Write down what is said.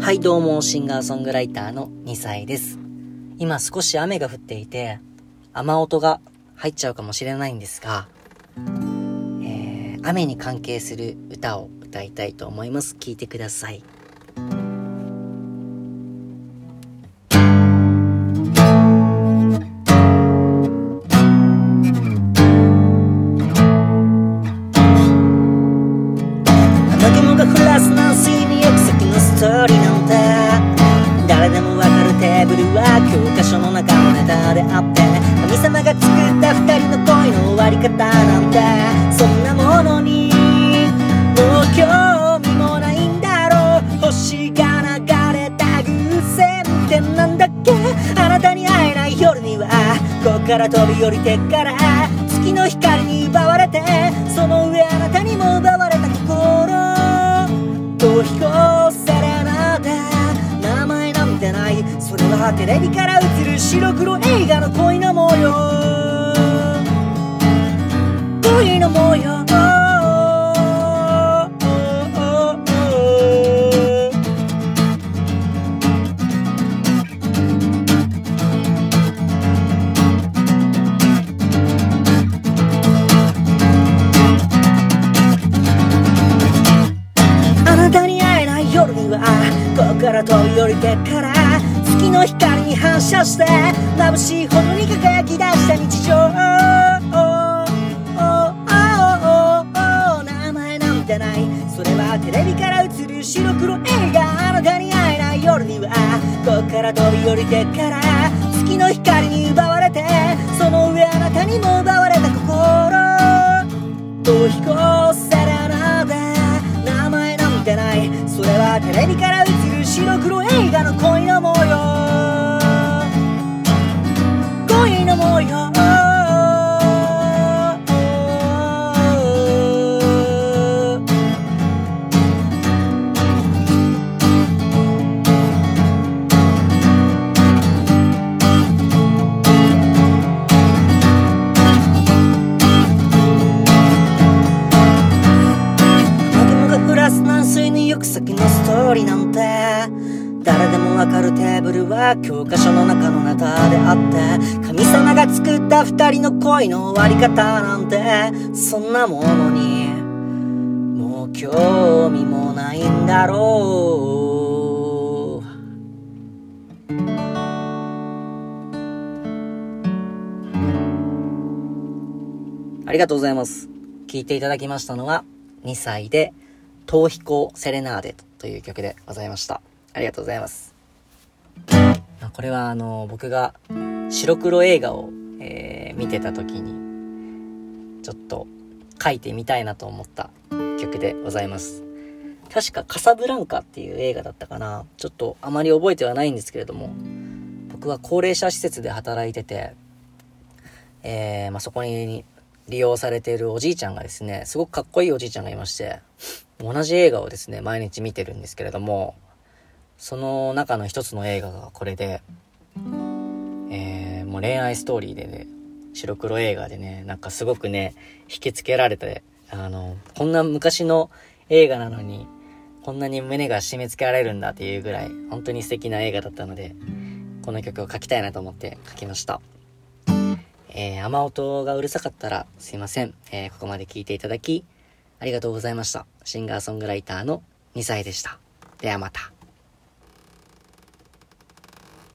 はいどうも、シンガーソングライターの2歳です。今少し雨が降っていて、雨音が入っちゃうかもしれないんですが、雨に関係する歌を歌いたいと思います。聴いてください。雨雲が降らす軟水に行く先のストーリーなんて誰でもわかる。テーブルは教科書の中のネタであって、神様が作った二人の恋の終わり方なんてそんなものにもう興味もないんだろう。星が流れた偶然ってなんだっけ。あなたに会えない夜にはここから飛び降りてから月の光に奪われて、その上あなたにも奪われた心逃避行セレナーデ、名前なんてない。それはテレビから映る白黒映画の恋の模様、恋の模様。あなたに会えない夜にはここから飛び降りてから月の光に反射して眩しいほどに輝き出した日常。名前なんてない。それはテレビから映る白黒映画。あなたに会えない夜にはここから飛び降りてから月の光に奪われて、その上あなたにも奪われた心逃避行セレナーデ、名前なんてない。それはテレビから映る白黒映画の恋の模様、恋の模様。軟水に行く先のストーリーなんて誰でもわかる。テーブルは教科書の中のネタであって、神様が作った二人の恋の終わり方なんてそんなものにもう興味もないんだろう。ありがとうございます。聴いていただきましたのは2歳で逃避行セレナーデという曲でございました。ありがとうございます。これは僕が白黒映画を、見てた時にちょっと書いてみたいなと思った曲でございます。確かカサブランカっていう映画だったかな。ちょっとあまり覚えてはないんですけれども、僕は高齢者施設で働いてて、そこに利用されているおじいちゃんがですね、すごくかっこいいおじいちゃんがいまして、同じ映画をですね毎日見てるんですけれども、その中の一つの映画がこれで、もう恋愛ストーリーでね、白黒映画でね、なんかすごくね引きつけられて、こんな昔の映画なのにこんなに胸が締め付けられるんだっていうぐらい本当に素敵な映画だったので、この曲を書きたいなと思って書きました。雨音がうるさかったらすいません。ここまで聞いていただきありがとうございました。シンガーソングライターの2歳でした。ではまた。